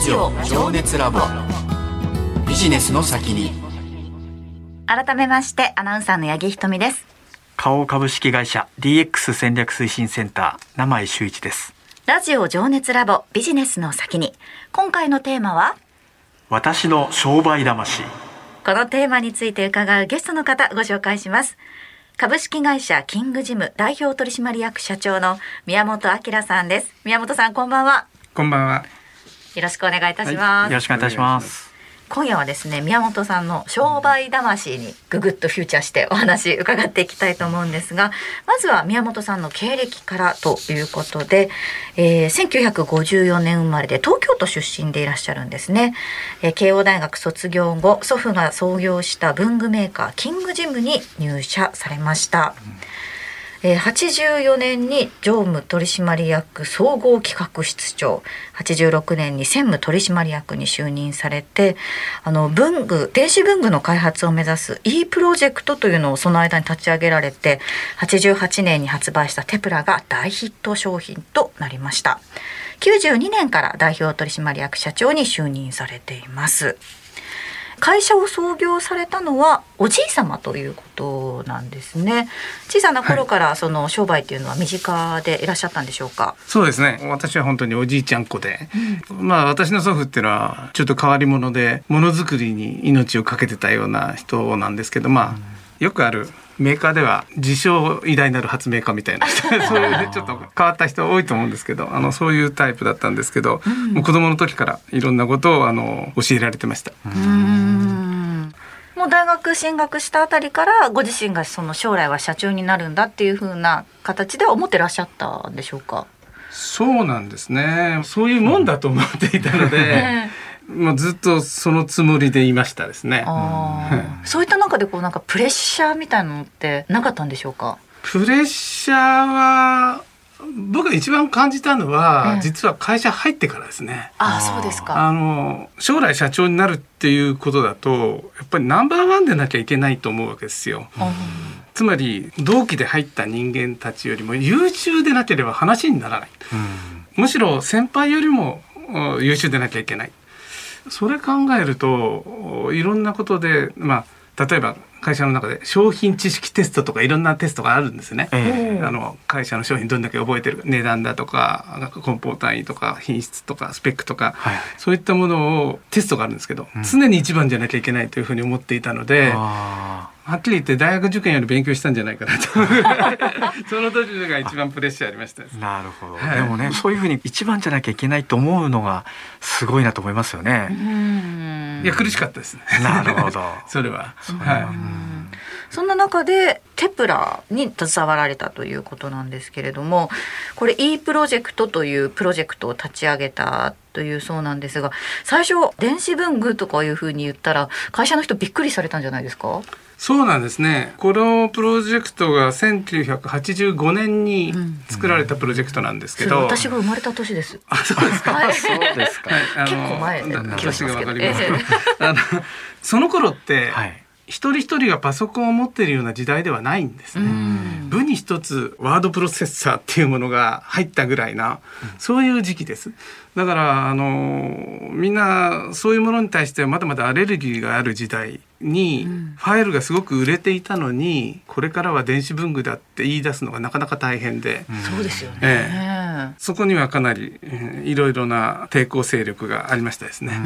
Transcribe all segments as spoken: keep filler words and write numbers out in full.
ジオ情熱ラボ、ビジネスの先に。 改めましてアナウンサーの八木ひとみです。 花王株式会社 ディーエックス 戦略推進センター名前修一です。 ラジオ情熱ラボ、ビジネスの先に。今回のテーマは私の商売魂。 このテーマについて伺うゲストの方ご紹介します。株式会社キングジム代表取締役社長の宮本明さんです。宮本さん、こんばんは。 こんばんは。 よろしくお願いいたします、 はい、よろしくお願いいたします。 今夜はですね、宮本さんの商売魂にぐぐっとフューチャーしてお話伺っていきたいと思うんですが、まずは宮本さんの経歴からということで、えー、せんきゅうひゃくごじゅうよねん生まれで東京都出身でいらっしゃるんですね。えー、慶応大学卒業後、祖父が創業した文具メーカーキングジムに入社されました。うんえー、はちじゅうよねんに常務取締役総合企画室長、はちじゅうろくねんに専務取締役に就任されて、あの文具電子文具の開発を目指す E プロジェクトというのをその間に立ち上げられて、はちじゅうはちねんに発売したテプラが大ヒット商品となりました。きゅうじゅうにねんから代表取締役社長に就任されています。会社を創業されたのはおじい様ということなんですね。小さな頃からその商売っていうのは身近でいらっしゃったんでしょうか。はい、 そうですね。私は本当におじいちゃん子で、うん、まあ私の祖父っていうのはちょっと変わり者で、ものづくりに命をかけてたような人なんですけど、まあ、うん、よくあるメーカーでは自称偉大なる発明家みたいな人そういうちょっと変わった人多いと思うんですけど、あのそういうタイプだったんですけど、うん、もう子供の時からいろんなことをあの教えられてました。 うーん、もう大学進学したあたりからご自身がその将来は社長になるんだっていう風な形では思ってらっしゃったんでしょうか。 そうなんですね。そういうもんだと思っていたのでまあ、ずっとそのつもりでいましたですね。 あ、うん、そういった中でこうなんかプレッシャーみたいなのってなかったんでしょうか。 プレッシャーは僕が一番感じたのは、うん、実は会社入ってからですね。 ああ、そうですか。 あの将来社長になるっていうことだとやっぱりナンバーワンでなきゃいけないと思うわけですよ。うん、つまり同期で入った人間たちよりも優秀でなければ話にならない。うん、むしろ先輩よりも優秀でなきゃいけない。それ考えるといろんなことで、まあ、例えば会社の中で商品知識テストとかいろんなテストがあるんですね。えー、あの会社の商品どんだけ覚えてる、値段だとか梱包単位とか品質とかスペックとか、はい、そういったものをテストがあるんですけど、うん、常に一番じゃなきゃいけないというふうに思っていたので、はっきり言って大学受験より勉強したんじゃないかなとその時が一番プレッシャーありましたです。 なるほど、はい、でもね、そういうふうに一番じゃなきゃいけないと思うのがすごいなと思いますよね。 うん、 いや苦しかったですね。 なるほどそれは、 そはい、 そんな中でテプラに携わられたということなんですけれども、これ E プロジェクトというプロジェクトを立ち上げたというそうなんですが、最初電子文具とかいうふうに言ったら会社の人びっくりされたんじゃないですか。 そうなんですね。このプロジェクトがせんきゅうひゃくはちじゅうごねんに作られたプロジェクトなんですけど、 うんうん、私が生まれた年です。 あ、そうですか。 はい、 そうですか。 結構前な気がしますけど、 えー、あのその頃って、はい、一人一人がパソコンを持っているような時代ではないんですね。部に一つワードプロセッサーっていうものが入ったぐらいな、うん、そういう時期です。だからあのみんなそういうものに対してはまだまだアレルギーがある時代に、うん、ファイルがすごく売れていたのに、これからは電子文具だって言い出すのがなかなか大変で、 うん、そうですよね、 ええ、そこにはかなり、えー、いろいろな抵抗勢力がありましたですね。 うん、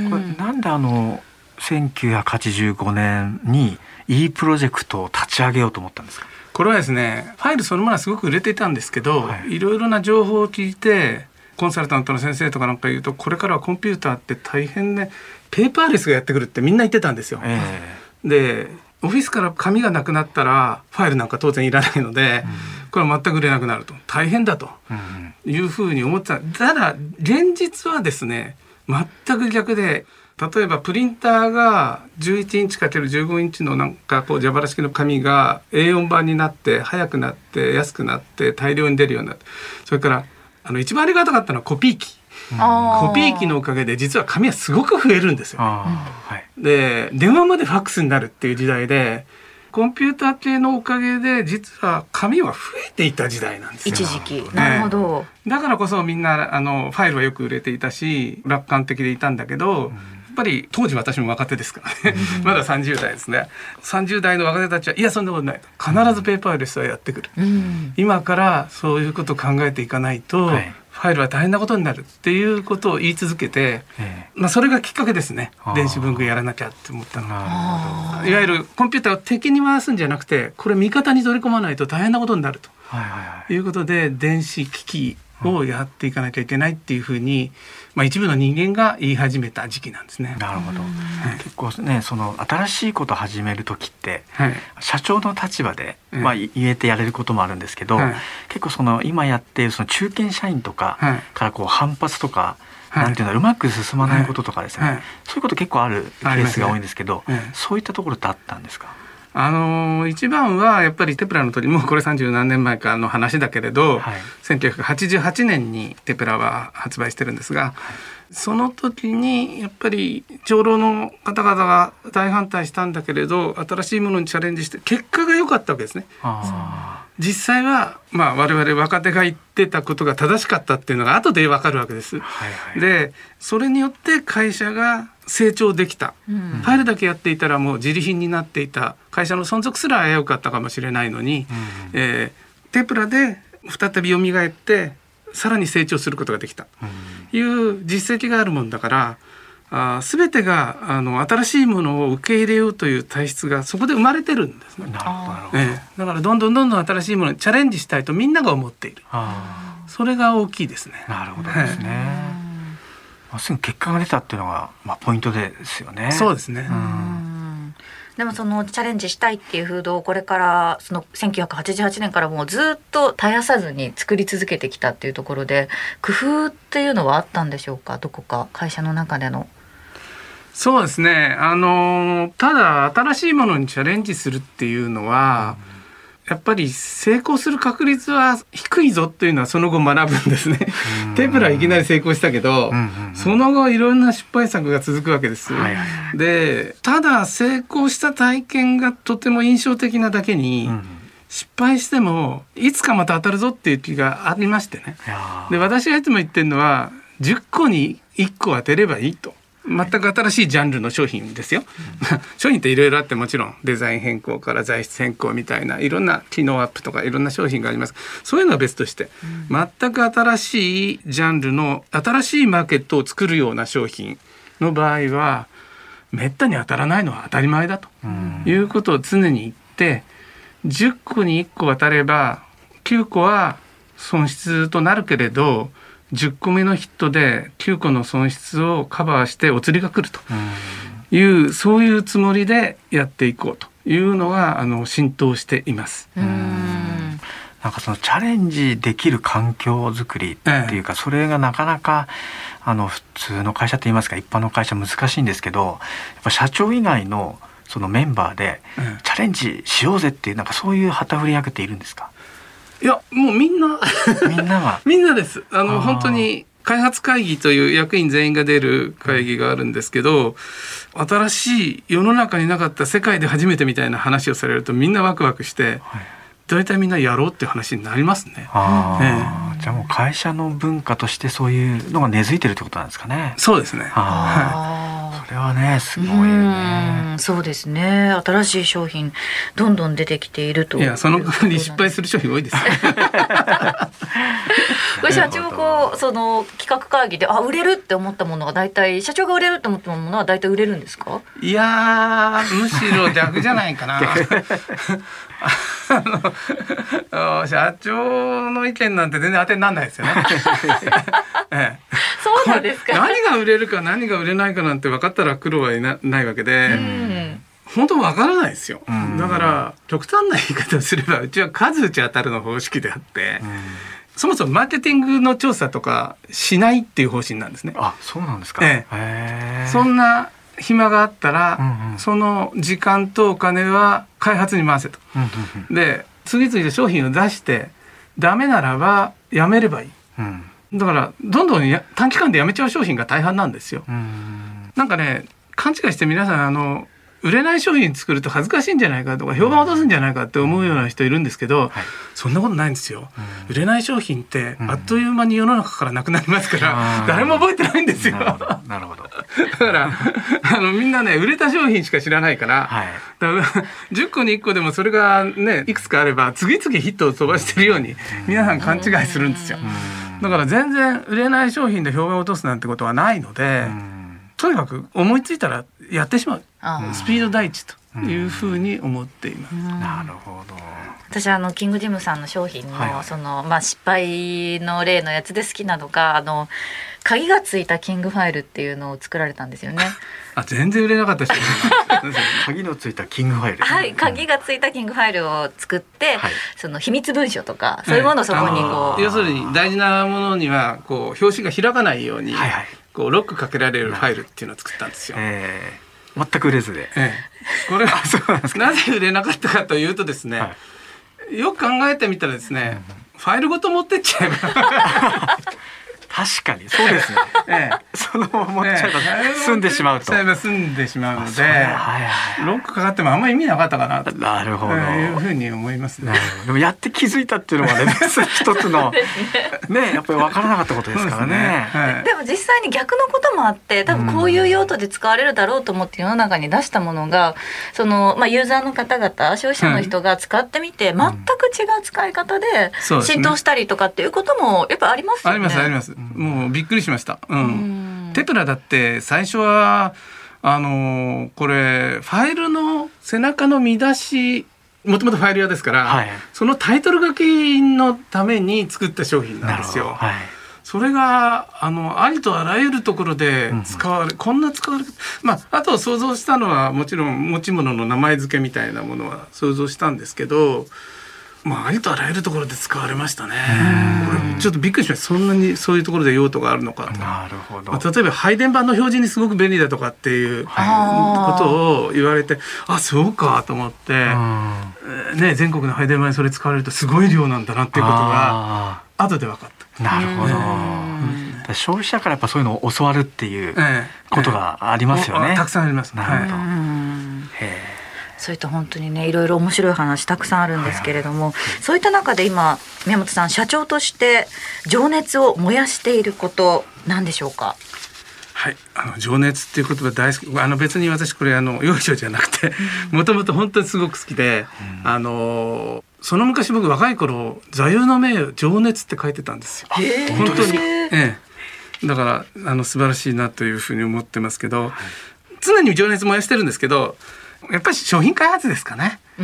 これなんであのせんきゅうひゃくはちじゅうごねんに E プロジェクトを立ち上げようと思ったんですか。 これはですね、ファイルそのものはすごく売れていたんですけど、はい、いろいろな情報を聞いてコンサルタントの先生とかなんか言うと、これからはコンピューターって大変ね、ペーパーレスがやってくるってみんな言ってたんですよ。えー、でオフィスから紙がなくなったらファイルなんか当然いらないので、うん、これは全く売れなくなると大変だというふうに思ってた。ただ現実はですね、全く逆で、例えばプリンターがじゅういちインチかけるじゅうごインチのなんかこう蛇腹式の紙が エーよん 版になって速くなって安くなって大量に出るようになって、それからあの一番ありがたかったのはコピー機、うん、コピー機のおかげで実は紙はすごく増えるんですよ。あ、はい、で電話までファックスになるっていう時代で、 コンピューター系のおかげで実は紙は増えていた時代なんですよ。 一時期。なるほど。 だからこそみんなあのファイルはよく売れていたし楽観的でいたんだけど、うん、やっぱり当時私も若手ですからね、うん、まださんじゅう代ですね。さんじゅう代の若手たちはいやそんなことない、必ずペーパーレスはやってくる、うん、今からそういうことを考えていかないと、はい、ファイルは大変なことになるっていうことを言い続けて、ええ、まあ、それがきっかけですね。電子文具やらなきゃって思ったのは、いわゆるコンピューターを敵に回すんじゃなくてこれ味方に取り込まないと大変なことになると、はいはいはい、いうことで電子機器をやっていかなきゃいけないっていうふうに、まあ、一部の人間が言い始めた時期なんですね。 なるほど、はい、結構ねその新しいことを始める時って、はい、社長の立場で、まあ、言えてやれることもあるんですけど、はい、結構その今やっているその中堅社員とかからこう反発とか、はい、なんていうのうまく進まないこととかですね、はいはい、そういうこと結構あるケースが多いんですけど、ね、そういったところってあったんですか？ あのー、一番はやっぱりテプラの取りもうこれさんじゅうなんねんまえかの話だけれど、はい、せんきゅうひゃくはちじゅうはちねんにテプラは発売してるんですが、はい、その時にやっぱり長老の方々が大反対したんだけれど新しいものにチャレンジして結果が良かったわけですね。実際は、まあ、我々若手が言ってたことが正しかったっていうのが後で分かるわけです、はいはい、でそれによって会社が成長できた、うん、ファイルだけやっていたらもう自利品になっていた会社の存続すら危うかったかもしれないのに、うん、えー、テプラで再び蘇ってさらに成長することができたという実績があるもんだからあ全てがあの新しいものを受け入れようという体質がそこで生まれてるんですね。なるほど、えー、だからどんどんどんどん新しいものにチャレンジしたいとみんなが思っている。それが大きいですね。 なるほどですね、はい、すぐ結果が出たっていうのが、まあ、ポイントですよね。 そうですね。うん、でもそのチャレンジしたいっていう風土をこれからそのせんきゅうひゃくはちじゅうはちねんからもうずっと絶やさずに作り続けてきたっていうところで工夫っていうのはあったんでしょうか？どこか会社の中での。 そうですね、あのただ新しいものにチャレンジするっていうのは、うん、やっぱり成功する確率は低いぞというのはその後学ぶんですね。テプラいきなり成功したけど、うんうんうん、その後いろんな失敗作が続くわけです、はいはいはい、でただ成功した体験がとても印象的なだけに、うん、失敗してもいつかまた当たるぞっていう気がありましてね。で私がいつも言ってるのはじゅっこにいっこ当てればいいと。全く新しいジャンルの商品ですよ、うん、商品っていろいろあってもちろんデザイン変更から材質変更みたいないろんな機能アップとかいろんな商品があります。そういうのは別として、うん、全く新しいジャンルの新しいマーケットを作るような商品の場合はめったに当たらないのは当たり前だと、うん、いうことを常に言ってじゅっこにいっこ当たればきゅうこは損失となるけれどじゅっこめのヒットできゅうこの損失をカバーしてお釣りが来るという、うん、そういうつもりでやっていこうというのがあの浸透しています。 うん、なんかそのチャレンジできる環境づくりっていうか、ええ、それがなかなかあの普通の会社といいますか一般の会社難しいんですけどやっぱ社長以外のそのメンバーでチャレンジしようぜっていうなんかそういう旗振り役っているんですか？ いやもうみんなみんなはみんなです。あの本当に開発会議という役員全員が出る会議があるんですけど、うん、新しい世の中になかった世界で初めてみたいな話をされるとみんなワクワクして、はい、大体みんなやろうっていう話になりますね。 あ、ええ、じゃあもう会社の文化としてそういうのが根付いてるってことなんですかね。 そうですね。 あ、それはねすごいよね。 うん、そうですね。新しい商品どんどん出てきていると。 いやその代わり失敗する商品多いです。 これ社長こうその企画会議であ売れるって思ったものが大体社長が売れるって思ったものは大体売れるんですか？ いやむしろ逆じゃないかな。あの社長の意見なんて全然当てにならないですよね。ええ、 そうなんですか。 何が売れるか何が売れないかなんて分かったら苦労はい な, ないわけで、うん、本当分からないですよ、うん、だから極端な言い方をすればうちは数打ち当たるの方式であって、うん、そもそもマーケティングの調査とかしないっていう方針なんですね。 あ、そうなんですか、 ええ、そんな暇があったら、うんうん、その時間とお金は開発に回せと、うんうんうん、で次々と商品を出してダメならばやめればいい、うん、だからどんどんや短期間でやめちゃう商品が大半なんですよ。うん、なんかね勘違いして皆さんあの売れない商品作ると恥ずかしいんじゃないかとか評判落とすんじゃないかって思うような人いるんですけど、はい、そんなことないんですよ、うん、売れない商品ってあっという間に世の中からなくなりますから、うん、誰も覚えてないんですよ。 なるほど、なるほど。 だからあのみんなね売れた商品しか知らないから、はい、だからじゅっこにいっこでもそれがねいくつかあれば次々ヒットを飛ばしてるように皆さん勘違いするんですよ。だから全然売れない商品で評判を落とすなんてことはないので、とにかく思いついたらやってしまう、スピード第一というふうに思っています。 なるほど。 私あのキングジムさんの商品の、はい、そのまあ失敗の例のやつで好きなのがあの鍵がついたキングファイルっていうのを作られたんですよね。 あ、全然売れなかった人鍵のついたキングファイル、 はい、鍵がついたキングファイルを作って、はい、その秘密文書とかそういうものをそこにこう、 はい、要するに大事なものにはこう表紙が開かないように、はいはい、こうロックかけられるファイルっていうのを作ったんですよ。 えー、全く売れずで、 ええ、これはなぜ売れなかったかというとですね、はい、よく考えてみたらですね、うん、ファイルごと持ってっちゃえば確かにそうですね、ええ、そのまま持っちゃえば済んでしまうと、 ええ、済んでしまうので、はいはい、ロックかかってもあんまり意味なかったかなとなるほど、 いうふうに思いますね。 でもやって気づいたっていうのはね一つのねやっぱり分からなかったことですからね。 ね、はい、でも実際に逆のこともあって多分こういう用途で使われるだろうと思って世の中に出したものがその、まあ、ユーザーの方々消費者の人が使ってみて、うん、全く違う使い方で浸透したりとかっていうこともやっぱありますよね。 ありますあります。もうびっくりしました、うん、テプラだって最初はあのこれファイルの背中の見出しもともとファイル屋ですから、はい、そのタイトル書きのために作った商品なんですよ。はい、それがあのありとあらゆるところで使われ、うん、こんな使われまああと想像したのはもちろん持ち物の名前付けみたいなものは想像したんですけど、まあ、ありとあらゆるところで使われましたね。これちょっとびっくりしました。そんなにそういうところで用途があるのかと。 なるほど。 まあ、例えば配電盤の表示にすごく便利だとかっていうことを言われて、あ、そうかと思って、ね、全国の配電盤にそれ使われるとすごい量なんだなっていうことが後で分かった。 なるほど。消費者からやっぱそういうのを教わるっていうことがありますよね。 ええええ、たくさんあります。 なるほど。 はい、へそういった本当にねいろいろ面白い話たくさんあるんですけれども、はいはい、そういった中で今宮本さん社長として情熱を燃やしていることなんでしょうか。 はい、あの情熱っていう言葉大好き。あの別に私これあのよいしょじゃなくてもともと本当にすごく好きで、うん、あのその昔僕若い頃座右の銘情熱って書いてたんですよ。本当に、ええ、だからあの素晴らしいなというふうに思ってますけど、はい、常に情熱燃やしてるんですけどやっぱり商品開発ですかね。うん、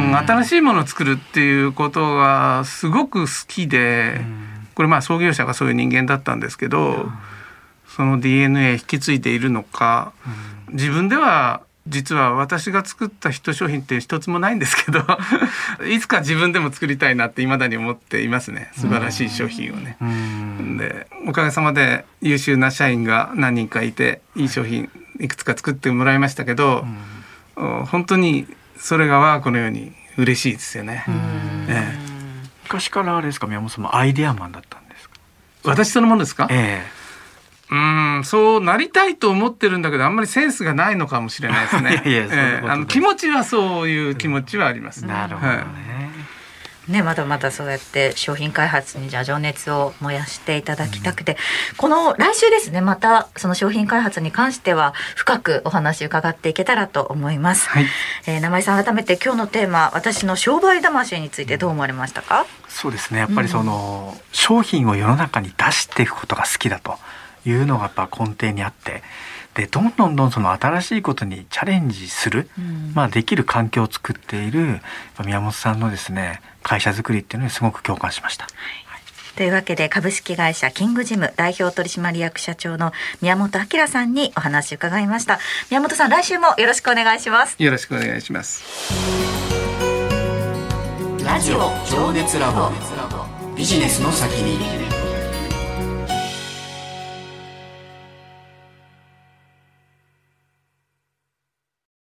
新しいものを作るっていうことがすごく好きで、これまあ創業者がそういう人間だったんですけど、その ディーエヌエー 引き継いでいるのか、自分では実は私が作ったヒット商品って一つもないんですけどいつか自分でも作りたいなって未だに思っていますね。素晴らしい商品をね。でおかげさまで優秀な社員が何人かいていい商品いくつか作ってもらいましたけど、本当にそれが我が子のように嬉しいですよね。ええ、 昔からあれですか、宮本さんもアイデアマンだったんですか。 私そのものですか。 ええ、 うんそうなりたいと思ってるんだけどあんまりセンスがないのかもしれないですね。いやいや、ええ、あの気持ちはそういう気持ちはあります。 なるほどね。はいね、まだまだそうやって商品開発にじゃあ情熱を燃やしていただきたくて、うん、この来週ですねまたその商品開発に関しては深くお話伺っていけたらと思います。はい、えー、名前さん改めて今日のテーマ私の商売魂についてどう思われましたか。うん、 そうですねやっぱりその、うん、商品を世の中に出していくことが好きだというのがやっぱ根底にあって、でどんどんどんその新しいことにチャレンジする、うん、まあ、できる環境を作っている宮本さんのですね会社づくりっていうのにすごく共感しました。はい、というわけで株式会社キングジム代表取締役社長の宮本明さんにお話を伺いました。宮本さん来週もよろしくお願いします。 よろしくお願いします。 ラジオ情熱ラボビジネスの先に